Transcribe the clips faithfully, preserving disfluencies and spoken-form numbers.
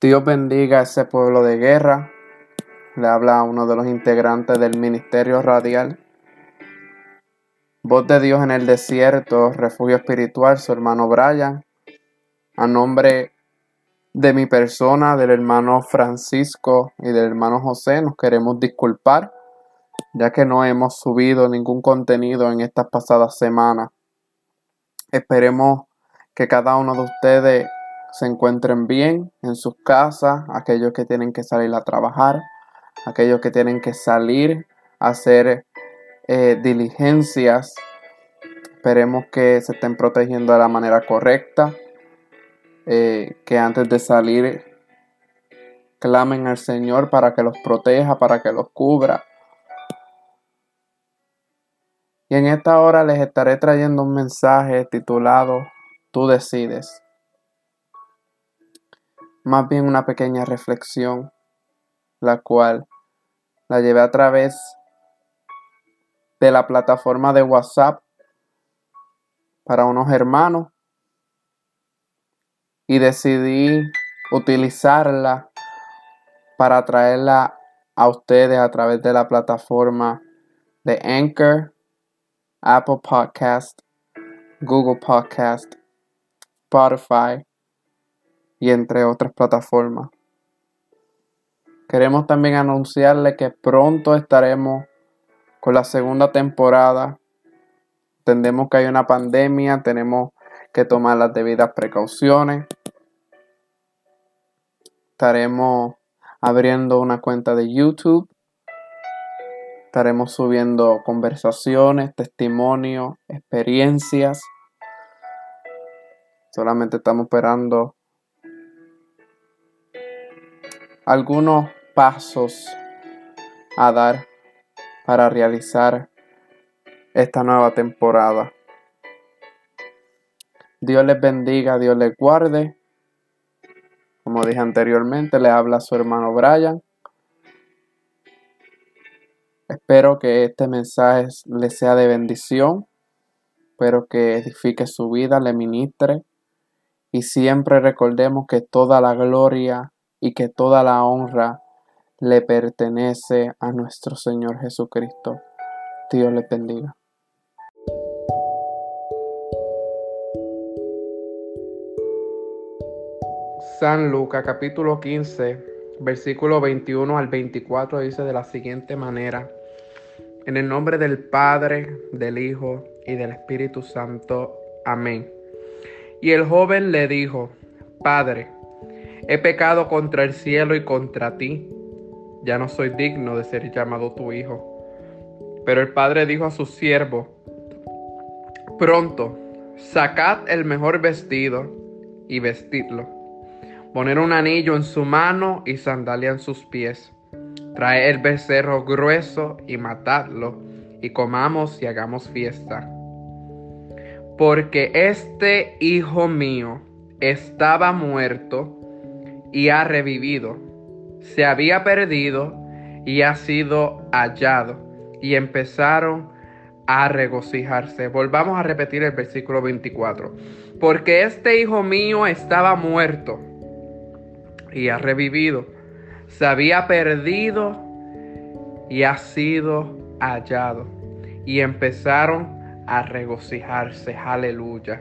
Dios bendiga a ese pueblo de guerra. Le habla a uno de los integrantes del Ministerio Radial. Voz de Dios en el desierto, refugio espiritual, su hermano Brian. A nombre de mi persona, del hermano Francisco y del hermano José, nos queremos disculpar, ya que no hemos subido ningún contenido en estas pasadas semanas. Esperemos que cada uno de ustedes se encuentren bien en sus casas, aquellos que tienen que salir a trabajar, aquellos que tienen que salir a hacer eh, diligencias. Esperemos que se estén protegiendo de la manera correcta, eh, que antes de salir clamen al Señor para que los proteja, para que los cubra. Y en esta hora les estaré trayendo un mensaje titulado Tú decides. Más bien una pequeña reflexión, la cual la llevé a través de la plataforma de WhatsApp para unos hermanos y decidí utilizarla para traerla a ustedes a través de la plataforma de Anchor, Apple Podcast, Google Podcast, Spotify y entre otras plataformas. Queremos también anunciarle que pronto estaremos con la segunda temporada. Entendemos que hay una pandemia, tenemos que tomar las debidas precauciones. Estaremos abriendo una cuenta de YouTube. Estaremos subiendo conversaciones, testimonios, experiencias. Solamente estamos esperando algunos pasos a dar para realizar esta nueva temporada. Dios les bendiga, Dios les guarde. Como dije anteriormente, le habla a su hermano Brian. Espero que este mensaje le sea de bendición. Espero que edifique su vida, le ministre. Y siempre recordemos que toda la gloria y que toda la honra le pertenece a nuestro Señor Jesucristo. Dios les bendiga. San Lucas capítulo quince, versículo veintiuno al veinticuatro dice de la siguiente manera: en el nombre del Padre, del Hijo y del Espíritu Santo. Amén. Y el joven le dijo: Padre, he pecado contra el cielo y contra ti. Ya no soy digno de ser llamado tu hijo. Pero el padre dijo a su siervo: Pronto, sacad el mejor vestido y vestidlo. Poned un anillo en su mano y sandalia en sus pies. Traed el becerro grueso y matadlo, y comamos y hagamos fiesta. Porque este hijo mío estaba muerto y ha revivido. Se había perdido y ha sido hallado. Y empezaron a regocijarse. Volvamos a repetir el versículo veinticuatro. Porque este hijo mío estaba muerto y ha revivido. Se había perdido y ha sido hallado. Y empezaron a regocijarse. Aleluya.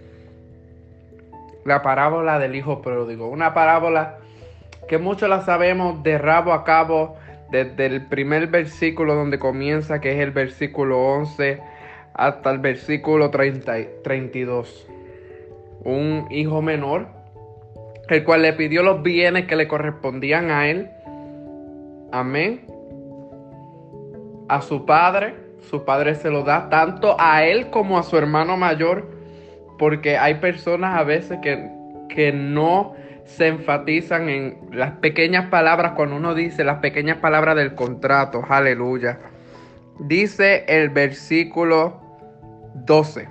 La parábola del hijo pródigo. Una parábola que muchos la sabemos de rabo a cabo, desde el primer versículo donde comienza, que es el versículo once, hasta el versículo treinta, treinta y dos. Un hijo menor, el cual le pidió los bienes que le correspondían a él. Amén. A su padre. Su padre se lo da tanto a él como a su hermano mayor. Porque hay personas a veces que, que no se enfatizan en las pequeñas palabras cuando uno dice las pequeñas palabras del contrato. Aleluya. Dice el versículo doce.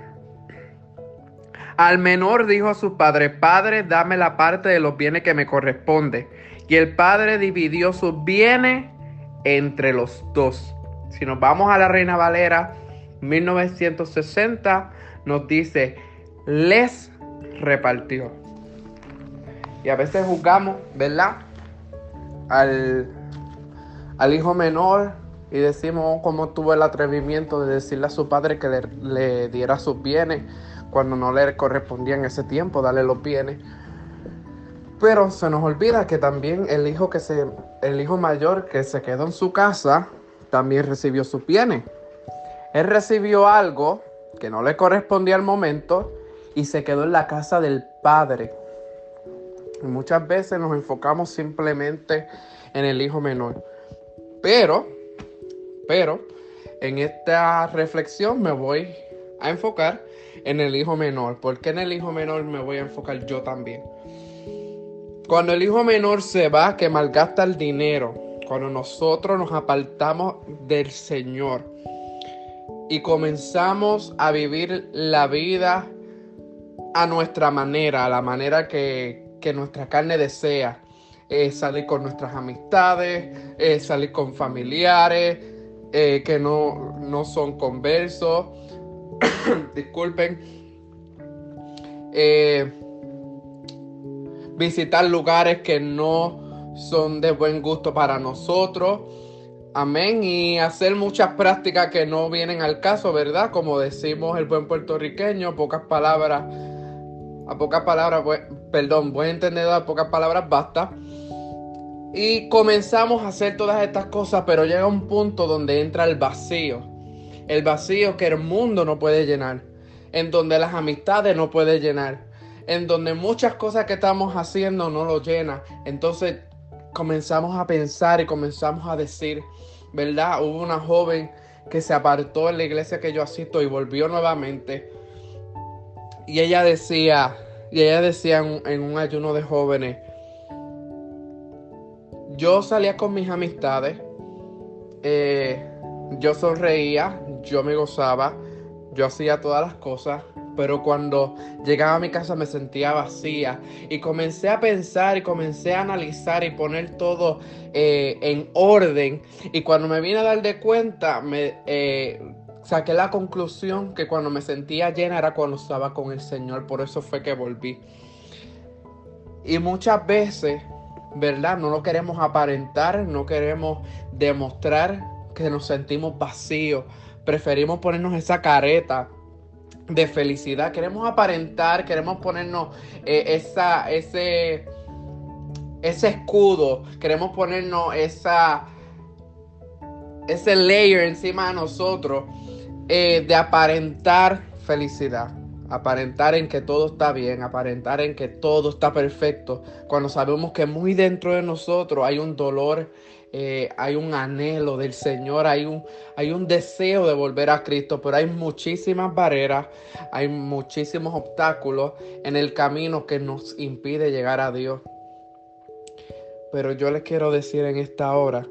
Al menor dijo a su padre: Padre, dame la parte de los bienes que me corresponde. Y el padre dividió sus bienes entre los dos. Si nos vamos a la Reina Valera mil novecientos sesenta, nos dice: les repartió. Y a veces juzgamos, ¿verdad? Al, al hijo menor y decimos oh, cómo tuvo el atrevimiento de decirle a su padre que le, le diera sus bienes cuando no le correspondía en ese tiempo darle los bienes. Pero se nos olvida que también el hijo, que se, el hijo mayor que se quedó en su casa también recibió sus bienes. Él recibió algo que no le correspondía al momento y se quedó en la casa del padre. Y muchas veces nos enfocamos simplemente en el hijo menor. Pero, pero, en esta reflexión me voy a enfocar en el hijo menor. ¿Por qué en el hijo menor me voy a enfocar yo también? Cuando el hijo menor se va, que malgasta el dinero, cuando nosotros nos apartamos del Señor y comenzamos a vivir la vida a nuestra manera, a la manera que, que nuestra carne desea, eh, salir con nuestras amistades, eh, salir con familiares eh, que no, no son conversos, disculpen, eh, visitar lugares que no son de buen gusto para nosotros, amén, y hacer muchas prácticas que no vienen al caso, ¿verdad? Como decimos el buen puertorriqueño, pocas palabras, a pocas palabras, perdón, buen entendedor, a pocas palabras basta. Y comenzamos a hacer todas estas cosas, pero llega un punto donde entra el vacío, el vacío que el mundo no puede llenar, en donde las amistades no pueden llenar, en donde muchas cosas que estamos haciendo no lo llenan. Entonces comenzamos a pensar y comenzamos a decir, ¿verdad? Hubo una joven que se apartó en la iglesia que yo asisto y volvió nuevamente. Y ella decía, y ella decía en, en un ayuno de jóvenes, yo salía con mis amistades, eh, yo sonreía, yo me gozaba, yo hacía todas las cosas, pero cuando llegaba a mi casa me sentía vacía y comencé a pensar y comencé a analizar y poner todo eh, en orden, y cuando me vine a dar de cuenta me eh, saqué la conclusión que cuando me sentía llena era cuando estaba con el Señor. Por eso fue que volví. Y muchas veces, ¿verdad? No lo queremos aparentar, no queremos demostrar que nos sentimos vacíos, preferimos ponernos esa careta de felicidad, queremos aparentar, queremos ponernos eh, esa, ese, ese escudo, queremos ponernos esa, ese layer encima de nosotros eh, de aparentar felicidad, aparentar en que todo está bien, aparentar en que todo está perfecto, cuando sabemos que muy dentro de nosotros hay un dolor, eh, hay un anhelo del Señor, hay un, hay un deseo de volver a Cristo, pero hay muchísimas barreras, hay muchísimos obstáculos en el camino que nos impide llegar a Dios. Pero yo les quiero decir en esta hora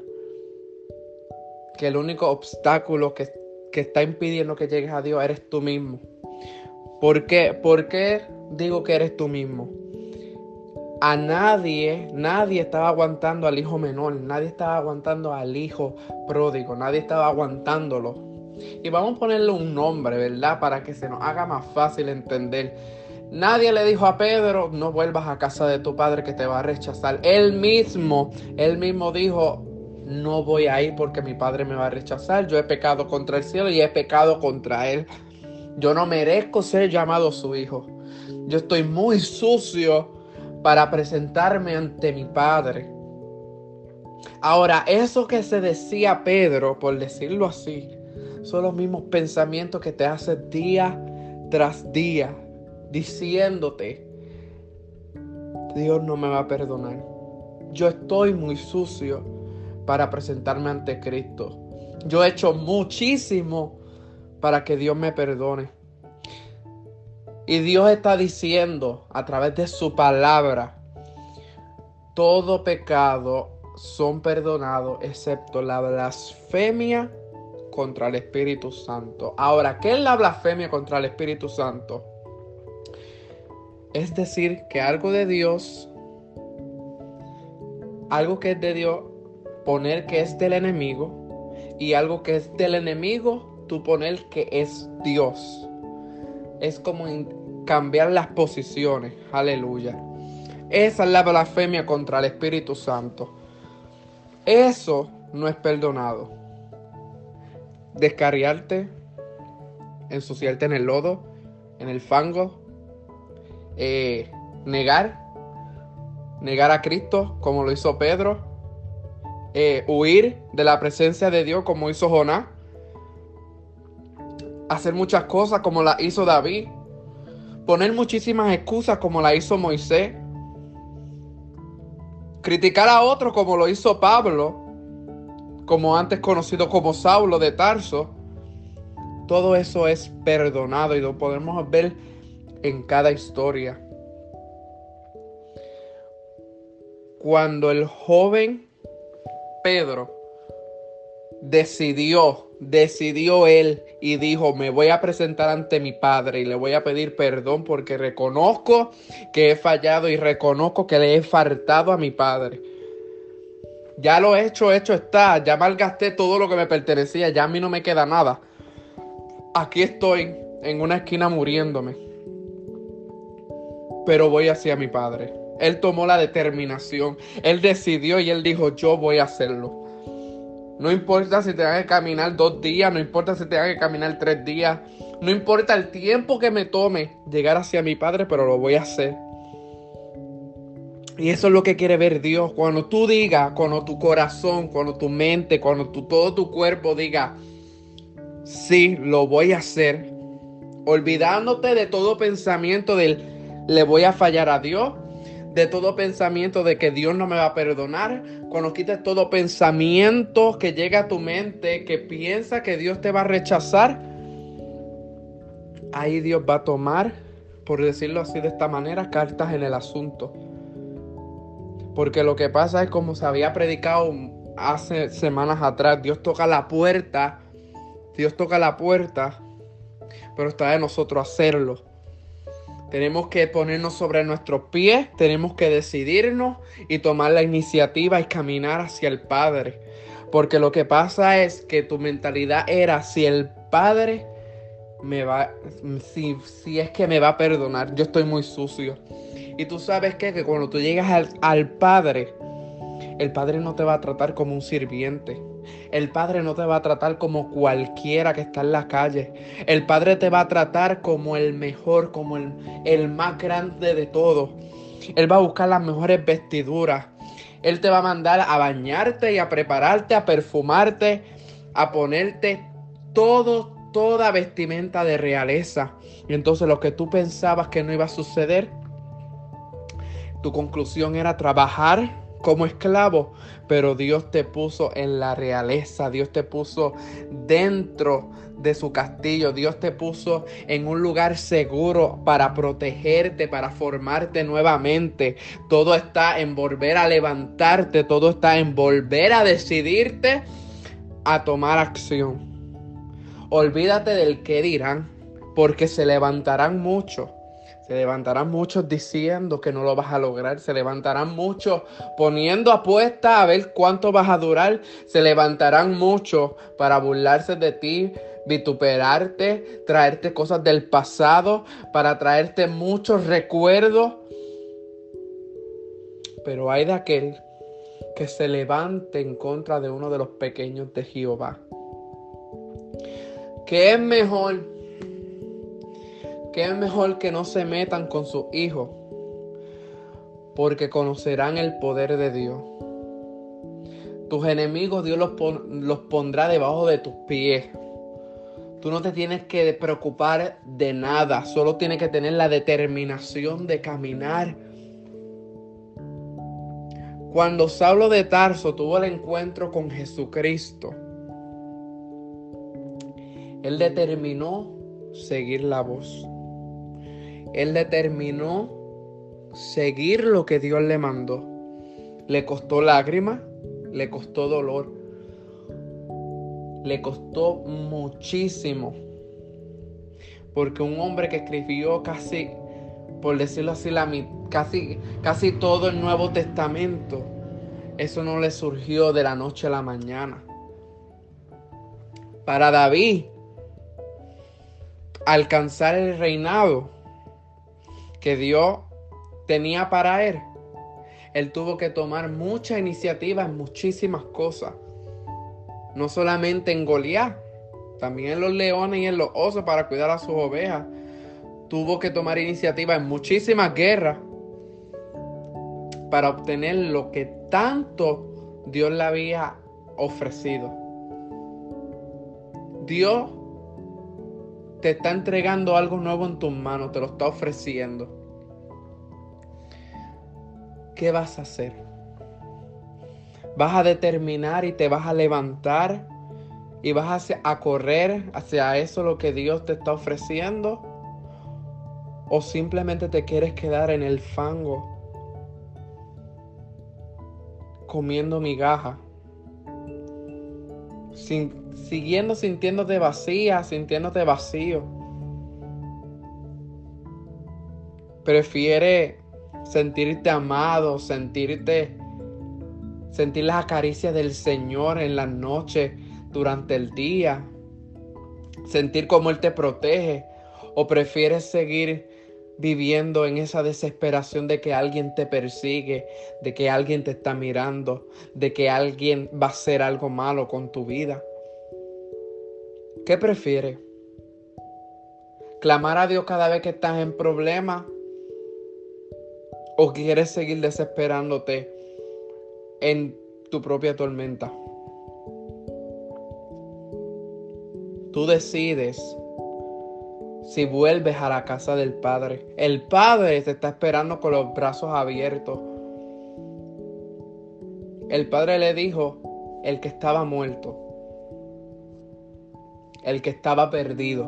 que el único obstáculo que, que está impidiendo que llegues a Dios eres tú mismo. ¿Por qué? ¿Por qué digo que eres tú mismo? A nadie, nadie estaba aguantando al hijo menor, nadie estaba aguantando al hijo pródigo, nadie estaba aguantándolo. Y vamos a ponerle un nombre, ¿verdad? Para que se nos haga más fácil entender. Nadie le dijo a Pedro, no vuelvas a casa de tu padre que te va a rechazar. Él mismo, él mismo dijo, no voy a ir porque mi padre me va a rechazar. Yo he pecado contra el cielo y he pecado contra él. Yo no merezco ser llamado su hijo. Yo estoy muy sucio para presentarme ante mi padre. Ahora, eso que se decía Pedro, por decirlo así, son los mismos pensamientos que te haces día tras día, diciéndote, Dios no me va a perdonar. Yo estoy muy sucio para presentarme ante Cristo. Yo he hecho muchísimo para que Dios me perdone. Y Dios está diciendo a través de su palabra, todo pecado son perdonados excepto la blasfemia contra el Espíritu Santo. Ahora, ¿qué es la blasfemia contra el Espíritu Santo? Es decir, que algo de Dios, algo que es de Dios, poner que es del enemigo, y algo que es del enemigo, tú poner que es Dios. Es como cambiar las posiciones. Aleluya. Esa es la blasfemia contra el Espíritu Santo. Eso no es perdonado. Descarriarte, ensuciarte en el lodo, en el fango, eh, negar, negar a Cristo como lo hizo Pedro, eh, huir de la presencia de Dios como hizo Jonás, hacer muchas cosas como las hizo David, poner muchísimas excusas como la hizo Moisés, criticar a otros como lo hizo Pablo, como antes conocido como Saulo de Tarso. Todo eso es perdonado y lo podemos ver en cada historia. Cuando el joven Pedro decidió, decidió él y dijo: me voy a presentar ante mi padre y le voy a pedir perdón porque reconozco que he fallado y reconozco que le he faltado a mi padre. Ya lo he hecho, hecho está. Ya malgasté todo lo que me pertenecía. Ya a mí no me queda nada. Aquí estoy en una esquina muriéndome. Pero voy hacia mi padre. Él tomó la determinación. Él decidió y él dijo: yo voy a hacerlo. No importa si tenga que caminar dos días. No importa si tenga que caminar tres días. No importa el tiempo que me tome llegar hacia mi padre, pero lo voy a hacer. Y eso es lo que quiere ver Dios. Cuando tú digas, cuando tu corazón, cuando tu mente, cuando tu, todo tu cuerpo diga: sí, lo voy a hacer. Olvidándote de todo pensamiento del le voy a fallar a Dios. De todo pensamiento de que Dios no me va a perdonar. Cuando quites todo pensamiento que llega a tu mente, que piensa que Dios te va a rechazar, ahí Dios va a tomar, por decirlo así de esta manera, cartas en el asunto. Porque lo que pasa es, como se había predicado hace semanas atrás, Dios toca la puerta, Dios toca la puerta, pero está de nosotros hacerlo. Tenemos que ponernos sobre nuestros pies, tenemos que decidirnos y tomar la iniciativa y caminar hacia el Padre. Porque lo que pasa es que tu mentalidad era: si el Padre me va, si, si es que me va a perdonar, yo estoy muy sucio. Y tú sabes qué, que cuando tú llegas al, al Padre, el Padre no te va a tratar como un sirviente. El Padre no te va a tratar como cualquiera que está en la calle. El Padre te va a tratar como el mejor, como el, el más grande de todos. Él va a buscar las mejores vestiduras. Él te va a mandar a bañarte y a prepararte, a perfumarte, a ponerte todo, toda vestimenta de realeza. Y entonces lo que tú pensabas que no iba a suceder, tu conclusión era trabajar como esclavo, pero Dios te puso en la realeza, Dios te puso dentro de su castillo, Dios te puso en un lugar seguro para protegerte, para formarte nuevamente. Todo está en volver a levantarte, todo está en volver a decidirte a tomar acción. Olvídate del qué dirán, porque se levantarán muchos. Se levantarán muchos diciendo que no lo vas a lograr. Se levantarán muchos poniendo apuestas a ver cuánto vas a durar. Se levantarán muchos para burlarse de ti, vituperarte, traerte cosas del pasado, para traerte muchos recuerdos. Pero hay de aquel que se levante en contra de uno de los pequeños de Jehová. ¿Qué es mejor? ¿Qué es mejor que no se metan con sus hijos? Porque conocerán el poder de Dios. Tus enemigos Dios los, pon, los pondrá debajo de tus pies. Tú no te tienes que preocupar de nada. Solo tienes que tener la determinación de caminar. Cuando Saulo de Tarso tuvo el encuentro con Jesucristo, él determinó seguir la voz. Él determinó seguir lo que Dios le mandó. Le costó lágrimas, le costó dolor, le costó muchísimo. Porque un hombre que escribió casi, por decirlo así, la, casi, casi todo el Nuevo Testamento, eso no le surgió de la noche a la mañana. Para David alcanzar el reinado que Dios tenía para él, Él tuvo que tomar mucha iniciativa en muchísimas cosas. No solamente en Goliat, también en los leones y en los osos para cuidar a sus ovejas. Tuvo que tomar iniciativa en muchísimas guerras para obtener lo que tanto Dios le había ofrecido. Dios te está entregando algo nuevo en tus manos, te lo está ofreciendo. ¿Qué vas a hacer? ¿Vas a determinar y te vas a levantar y vas hacia, a correr hacia eso lo que Dios te está ofreciendo? ¿O simplemente te quieres quedar en el fango comiendo migajas? Sin, siguiendo sintiéndote vacía, sintiéndote vacío. Prefiere sentirte amado, sentirte, sentir las acaricias del Señor en las noches, durante el día, sentir cómo Él te protege, o prefieres seguir viviendo en esa desesperación de que alguien te persigue, de que alguien te está mirando, de que alguien va a hacer algo malo con tu vida. ¿Qué prefieres? ¿Clamar a Dios cada vez que estás en problemas? ¿O quieres seguir desesperándote en tu propia tormenta? Tú decides si vuelves a la casa del Padre. El Padre te está esperando con los brazos abiertos. El Padre le dijo, el que estaba muerto, el que estaba perdido.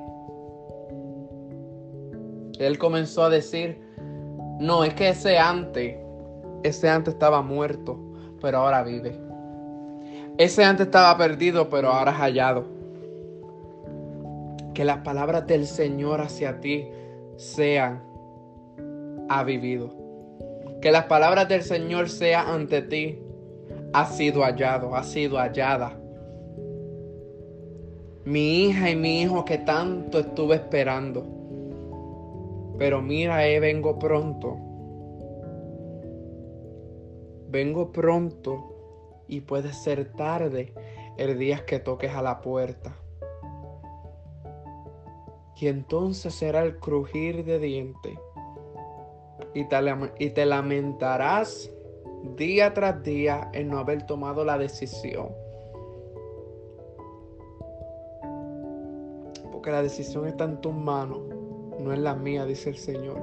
Él comenzó a decir, no, es que ese antes, ese antes estaba muerto, pero ahora vive. Ese antes estaba perdido, pero ahora es hallado. Que las palabras del Señor hacia ti sean, ha vivido. Que las palabras del Señor sean ante ti, ha sido hallado, ha sido hallada. Mi hija y mi hijo que tanto estuve esperando. Pero mira, eh, vengo pronto. Vengo pronto y puede ser tarde el día que toques a la puerta. Y entonces será el crujir de dientes. Y te, y te lamentarás día tras día en no haber tomado la decisión. Porque la decisión está en tus manos, no en la mía, dice el Señor.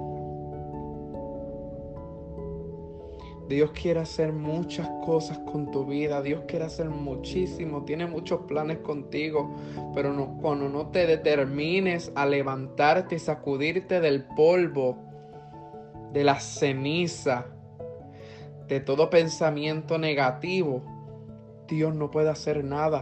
Dios quiere hacer muchas cosas con tu vida. Dios quiere hacer muchísimo. Tiene muchos planes contigo. Pero no, cuando no te determines a levantarte y sacudirte del polvo, de la ceniza, de todo pensamiento negativo, Dios no puede hacer nada.